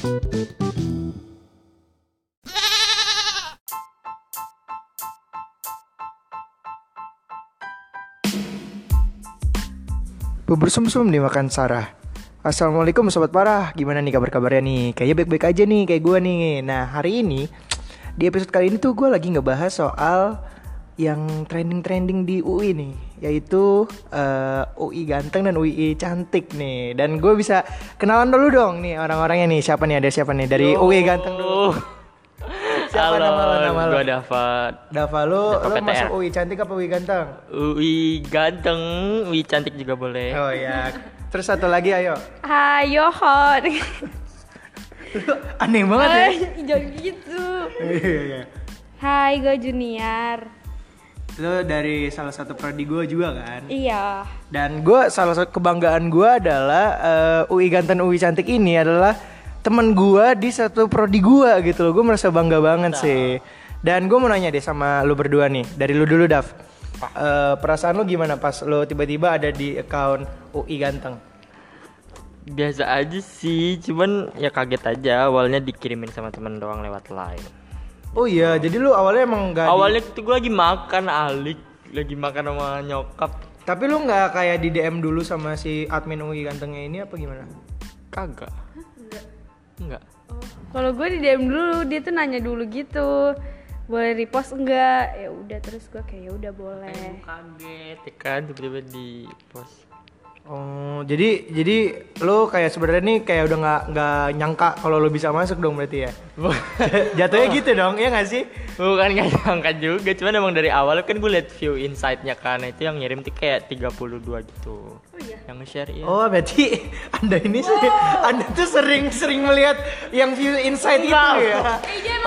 Bubur sumsum dimakan Sarah. Assalamualaikum sobat parah, gimana nih kabar-kabarnya nih? Kayaknya baik-baik aja nih kayak gue nih. Nah hari ini, di episode kali ini tuh gue lagi ngebahas soal yang trending-trending di UI nih, yaitu UI ganteng dan UI cantik nih. Dan gue bisa kenalan dulu dong nih orang-orangnya nih. Siapa nih, ada siapa nih dari UI ganteng dulu? Siapa nama lo? Gue Dava. Dava, lo masuk UI cantik apa UI ganteng? UI ganteng, UI cantik juga boleh. Oh iya. Terus satu lagi ayo. Hai Yohon. Aneh banget ya. Jangan gitu. Iya. Hai, gue Junior. Lo dari salah satu prodi gue juga kan? Iya. Dan gue salah satu kebanggaan gue adalah UI ganteng UI cantik ini adalah teman gue di satu prodi gue gitu loh. Gue merasa bangga banget sih. Dan gue mau nanya deh sama lo berdua nih. Dari lo dulu Dav. Perasaan lo gimana pas lo tiba-tiba ada di account UI ganteng? Biasa aja sih, cuman ya kaget aja. Awalnya dikirimin sama temen doang lewat line. Oh iya, jadi lo awalnya emang gak awalnya tuh gue lagi makan alik, lagi makan sama nyokap. Tapi lo gak kayak di DM dulu sama si admin UI gantengnya ini apa gimana? Kagak. Enggak. Kalau gue di DM dulu, dia tuh nanya dulu gitu. Boleh repost enggak? Ya udah, terus gue kayak ya udah boleh. Gue kaget ya kan tiba-tiba di post. Oh, jadi lo kayak sebenarnya nih kayak udah nggak nyangka kalau lo bisa masuk dong berarti ya? Jatuhnya gitu dong, ya nggak sih? Bukan nggak nyangka juga, cuman emang dari awal kan gue liat view insight-nya kan, itu yang ngirim tuh kayak 32 gitu. Oh iya. Yang nge-share ya. Oh, berarti Anda ini Anda tuh sering melihat yang view insight itu ya?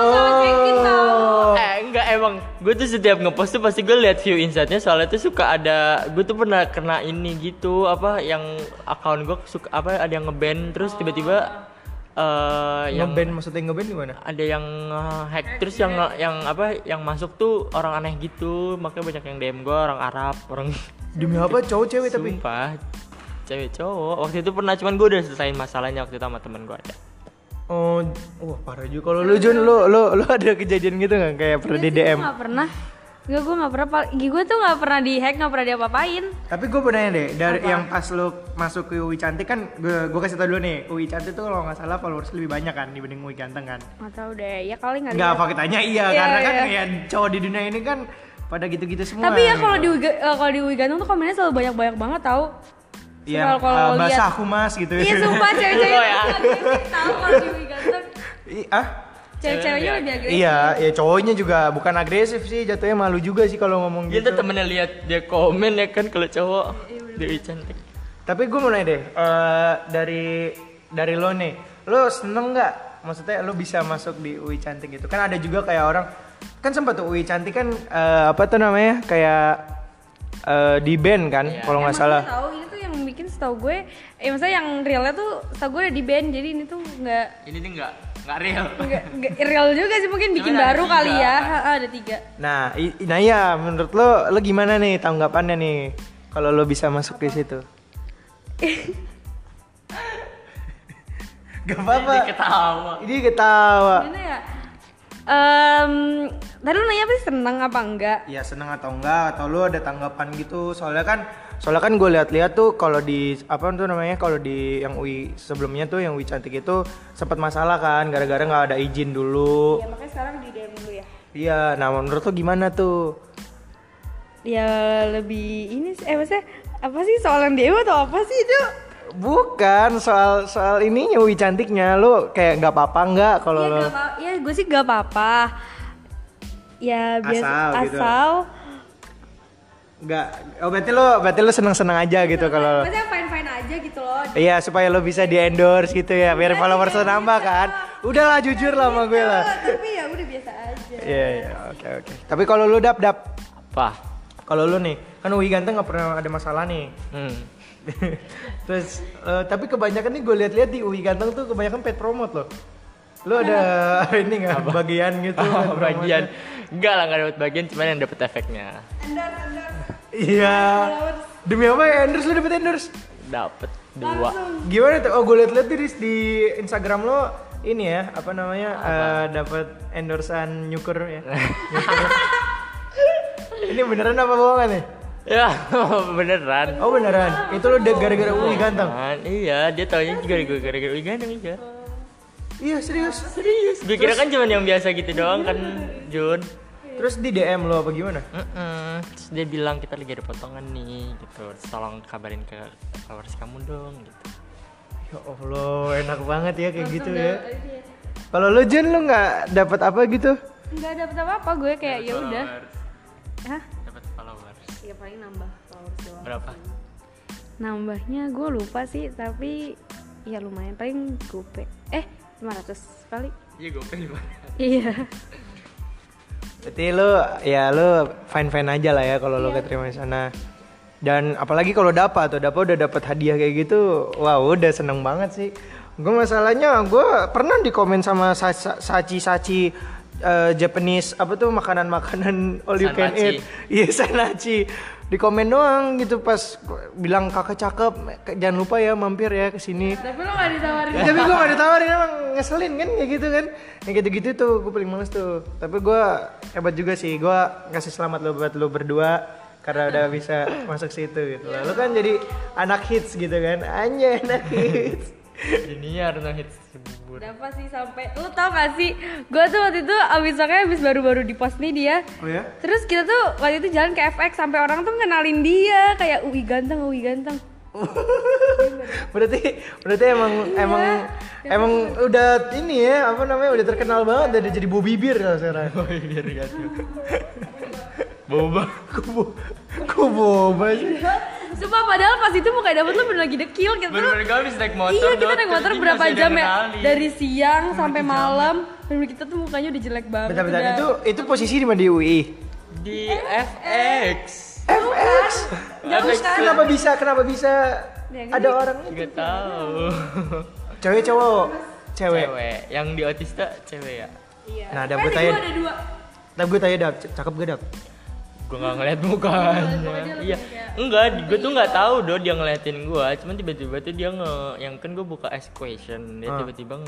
Enggak, emang gue tuh setiap ngepost tuh pasti gue liat view insight-nya, soalnya tuh suka ada, gue tuh pernah kena ini gitu, apa yang account gue suka apa ada yang nge-ban terus tiba-tiba yang nge-ban, maksudnya nge-ban gimana? ada yang hack terus yang apa yang masuk tuh orang aneh gitu, makanya banyak yang DM gue orang Arab, orang demi apa cowok cewek tapi? Sumpah cewek cowok. Waktu itu pernah, cuman gue udah selesaiin masalahnya waktu itu sama temen gue ada. Oh, wah parah juga. Kalau lu Jun, lu ada kejadian gitu nggak kayak pernah di DM? Gue nggak pernah. Gue nggak pernah. Gue tuh nggak pernah di hack, nggak pernah diapa-apain. Tapi gue mau nanya deh, dari yang pas lu masuk ke UI cantik kan, gue kasih tau dulu nih, UI cantik tuh kalau nggak salah followers lebih banyak kan dibanding UI ganteng kan? Nggak tahu deh, ya kali nggak. Nggak, faktanya iya, karena kan ya cowok di dunia ini kan pada gitu-gitu semua. Tapi ya gitu. kalau di UI ganteng tuh komennya selalu banyak banget tahu. Iya, bahasa aku mas gitu. Iya sumpah cewek-cewek ya. Tahu kalau di UI ganteng. Cewek-ceweknya lebih agresif. Iya, ya cowoknya juga bukan agresif sih, jatuhnya malu juga sih kalau ngomong gitu. Kita temennya lihat dia komen ya kan kalau cowok Dewi cantik. Tapi gue mau nanya deh, dari lo nih, lo seneng nggak? Maksudnya lo bisa masuk di UI cantik gitu? Kan ada juga kayak orang, kan sempat tuh UI cantik kan apa tuh namanya kayak di band kan, kalau nggak salah. Tahu ini tuh yang bikin setahu gue, maksudnya yang realnya tuh setahu gue udah di band, jadi ini tuh nggak. Ini nih nggak real. Nggak real juga sih, mungkin bikin baru kali ya. Ada 3. Nah ya menurut lo gimana nih tanggapannya nih kalau lo bisa masuk di situ? Gak apa-apa. Ini ketawa. Gimana ya? Tadi lu nanya apa sih, seneng apa enggak? Ya seneng atau enggak, atau lu ada tanggapan gitu. Soalnya kan gue lihat-lihat tuh kalau di apa tuh namanya, kalau di yang UI sebelumnya tuh yang UI cantik itu sempat masalah kan gara-gara nggak ada izin dulu. Iya, makanya sekarang di DM dulu ya. Iya, nah menurut lo gimana tuh? Ya lebih ini maksudnya apa sih, soal yang DM atau apa sih itu? Bukan soal ininya UI cantiknya, lo kayak nggak apa-apa nggak kalau lo? Iya, gue sih nggak apa-apa. Ya biasa asal. Nggak, oh berarti lo seneng-seneng aja gitu kalau. Maksudnya fine-fine aja gitu loh. Iya, supaya lo bisa di endorse gitu ya, biar followers lo nambah kan. Udahlah jujur lah sama gue lah. Tapi ya udah biasa aja. Iya, oke. Tapi kalau lo dap Apa? kalau lo nih, kan UI ganteng nggak pernah ada masalah nih. Terus tapi kebanyakan nih gue lihat-lihat di UI ganteng tuh kebanyakan paid promote loh. Lo ada ini nggak bagian gitu? Bagian enggak lah, nggak dapat bagian, cuman yang dapat efeknya. Iya. Demi apa ya endorse? Lo dapet endorse? Dapat 2. Gimana tuh? Oh gue lihat-lihat di Instagram lo ini ya, apa namanya? Dapat endorsean nyukur ya. Nyukur. Ini beneran apa bohongan nih? Ya, beneran. Oh beneran. Itu lo gara-gara Uli ganteng. Iya, dia taunya juga gara-gara Uli ganteng iya. Iya serius. Serius. Gue kira kan cuma yang biasa gitu doang kan, Jun. Terus di DM lo apa gimana? Terus dia bilang kita lagi ada potongan nih gitu. Terus tolong kabarin ke followers kamu dong gitu. Ya Allah, enak banget ya kayak gitu ya. Kalau lo Jen lo nggak dapat apa gitu? Nggak dapet apa-apa, gue kayak ya udah. Hah? Dapat followers. Ya paling nambah followers doang. Berapa? Nambahnya gue lupa sih, tapi ya lumayan, paling gope 500 kali. Iya gue pengen banget. Iya. Berarti lo fine aja lah ya kalau lo keterima di sana. Dan apalagi kalau dapat udah dapat hadiah kayak gitu, wah udah seneng banget sih. Gue masalahnya gue pernah di komen sama sachi Japanese apa tuh makanan all you can eat. Iya sanachi. Di komen doang gitu pas bilang kakak cakep, jangan lupa ya mampir ya ke sini. Tapi lo gak ditawarin. Tapi gue gak ditawarin, emang ngeselin kan kayak gitu kan. Yang gitu-gitu tuh gue paling males tuh. Tapi gue hebat juga sih, gue kasih selamat lo buat lo berdua karena udah bisa masuk situ gitu. Lo kan jadi anak hits gitu kan, anjay anak hits. Ini harus hits bubur. Dapat sih sampai, lo tau gak sih, gue tuh waktu itu abis baru di post nih dia. Oh ya? Terus kita tuh waktu itu jalan ke FX sampai orang tuh ngenalin dia kayak Ui ganteng. berarti emang udah ini ya, apa namanya, udah terkenal banget, udah jadi Bobby Beer kalau sekarang. Bobby Beer gitu. Boba. Kok boba sih? Sumpah padahal pas itu muka dapet lo bener lagi dekil gitu. Bener-bener gak habis naik motor. Iya kita naik motor berapa jam ya? Dari siang sampai malam. Dan kita tuh mukanya udah jelek banget. Bentar, itu posisi di mana di UI? Di FX. FX? Jauh kan? Kenapa bisa Ya, ada orang itu? Gak tahu. Cewek cowok? Cewek. Yang di Otista cewek ya. Iya. Nah, gue tanya. Ada 2. Nah, gue tanya cakep gak Dap? Gue nggak ngeliat mukanya. Iya, enggak, gue tuh nggak tahu dia ngeliatin gue. Cuman tiba-tiba tuh dia yang kan gue buka ask question, dia tiba-tiba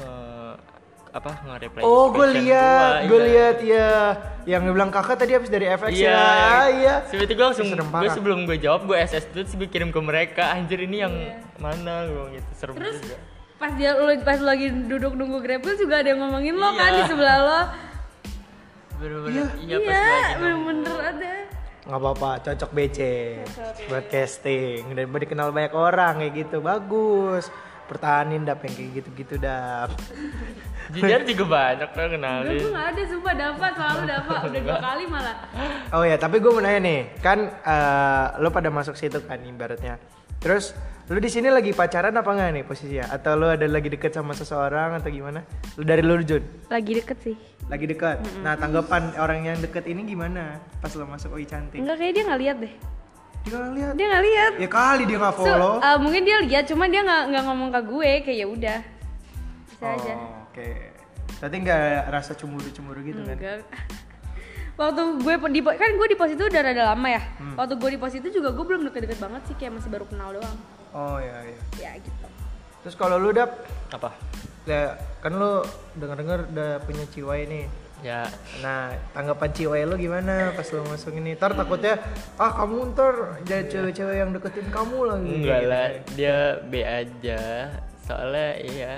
nge-reply. Oh, gue lihat ya. Yang bilang kakak tadi habis dari FX ya. Iya. Tiba-tiba gue langsung, gue sebelum gue jawab gue SS tuh gue kirim ke mereka. Anjir ini yang mana gue gitu, serem Terus, juga. Pas lo lagi duduk nunggu GrabFood juga ada yang ngomongin lo kan di sebelah lo. Bener-bener Bener-bener ada. Nggak apa-apa, cocok BC buat casting dan dikenal banyak orang kayak gitu, bagus. Pertahanin Dap yang kayak gitu-gitu Dap. Jijar juga banyak kan kenalin. Gue nggak ada, sumpah selalu dapat, udah 2 kali malah. Oh ya, tapi gue mau nanya nih, kan lo pada masuk situ kan ibaratnya. Terus lo di sini lagi pacaran apa nggak nih posisinya? Atau lo ada lagi deket sama seseorang atau gimana? Dari lo Jun? Lagi deket sih. Lagi dekat. Nah, tanggapan orang yang deket ini gimana pas lo masuk UI Cantik? Enggak, kayak dia nggak lihat deh. Dia nggak lihat. Dia nggak lihat. Ya kali dia nggak follow. Mungkin dia lihat, cuma dia nggak ngomong ke gue, kayak ya udah. Bisa aja. Oke. Berarti nggak rasa cemburu gitu kan? Enggak. Waktu gue di pos itu udah rada lama ya. Waktu gue di pos itu juga gue belum deket-deket banget sih, kayak masih baru kenal doang. Oh iya. Ya gitu. Terus kalau lu Dap, Apa? ya, kan lu dengar-dengar udah punya ciwai nih. Ya. Nah, tanggapan ciwai lu gimana pas lu masuk ini? Ntar takutnya kamu ntar jadi cewek-cewek yang deketin kamu lagi. Enggak lah, dia B aja. Soalnya iya.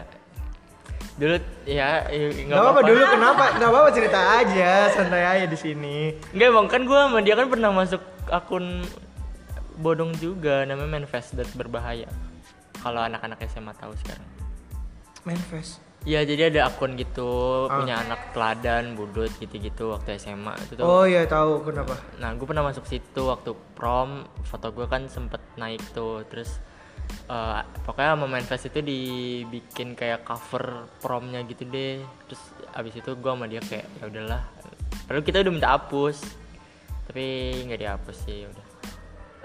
Dulu ya enggak apa-apa dulu, kenapa? Enggak apa-apa, cerita aja, santai aja di sini. Enggak bang, kan gue sama dia kan pernah masuk akun bodong juga, namanya Manifest berbahaya. Kalau anak-anak SMA tahu sekarang. Manifest. Iya, jadi ada akun gitu, punya anak teladan, budut gitu-gitu waktu SMA itu tuh. Oh iya, tahu kenapa. Nah, gue pernah masuk situ waktu prom, foto gue kan sempet naik tuh, terus pokoknya sama Manifest itu dibikin kayak cover promnya gitu deh. Terus abis itu gue sama dia kayak ya udahlah. Lalu kita udah minta hapus, tapi nggak dihapus sih, udah. Oh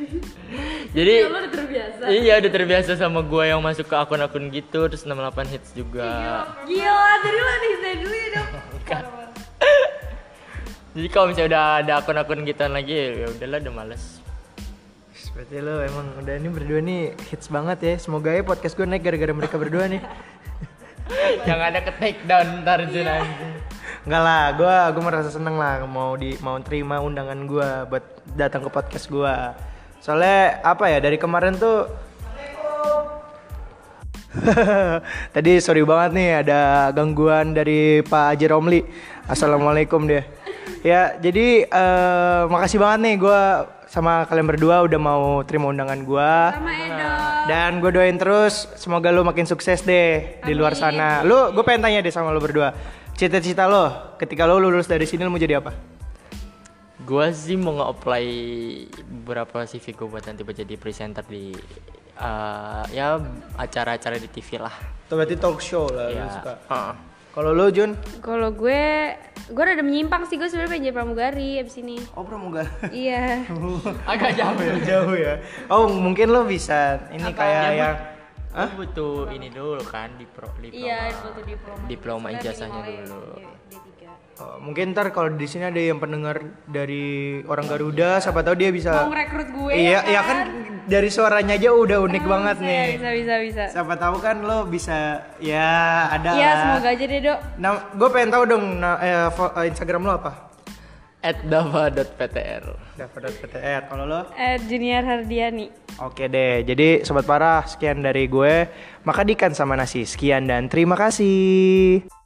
Jadi lo udah terbiasa. Iya, udah terbiasa sama gue yang masuk ke akun-akun gitu, terus 68 hits juga. Gila, tadi lo saya dulu ya dong. Jadi kalau misalnya udah ada akun-akun gituan lagi ya udahlah, udah males. Berarti lo emang udah ini berdua nih hits banget ya. Semoga ya podcast gue naik gara-gara mereka berdua nih. Yang ada ke take down ntar Jun anjing. Enggak lah, gue merasa seneng lah mau terima undangan gue buat datang ke podcast gue. Soalnya apa ya, dari kemarin tuh tadi sorry banget nih ada gangguan dari Pak Haji Romli. Assalamualaikum dia. Ya jadi makasih banget nih gue sama kalian berdua udah mau terima undangan gue. Sama Edo. Dan gue doain terus semoga lu makin sukses deh di luar sana. Gue pengen tanya deh sama lu berdua. Cita-cita lo ketika lo lulus dari sini lo mau jadi apa? Gua sih mau nge-apply beberapa CV gue buat nanti jadi presenter di ya acara-acara di TV lah. Itu berarti talk show lah Ya. lu suka. Kalau lo Jun? Kalau gue rada menyimpang sih, gue sebenarnya pengen jadi pramugari abis ini. Oh pramugari. Iya. Agak jauh ya. Jauh ya. Oh mungkin lo bisa ini kayak Ya, yang Hah? Butuh ini dulu kan diploma. Iya, butuh diploma. Diploma Sebenarnya ijazahnya minimalnya dulu. D3. mungkin ntar kalau di sini ada yang pendengar dari orang Garuda, siapa tahu dia bisa. Mau ngerekrut gue Iya, ya kan dari suaranya aja udah unik banget nih. Bisa. Siapa tahu kan lo bisa ya ada. Iya, semoga aja deh, Dok. Nah, gue pengen tahu dong Instagram lo apa? @dava.ptr. Dava.ptr. Kalau lo? Junior Hardiani. Oke deh, jadi Sobat Parah, sekian dari gue. Makan ikan sama nasi. Sekian dan terima kasih.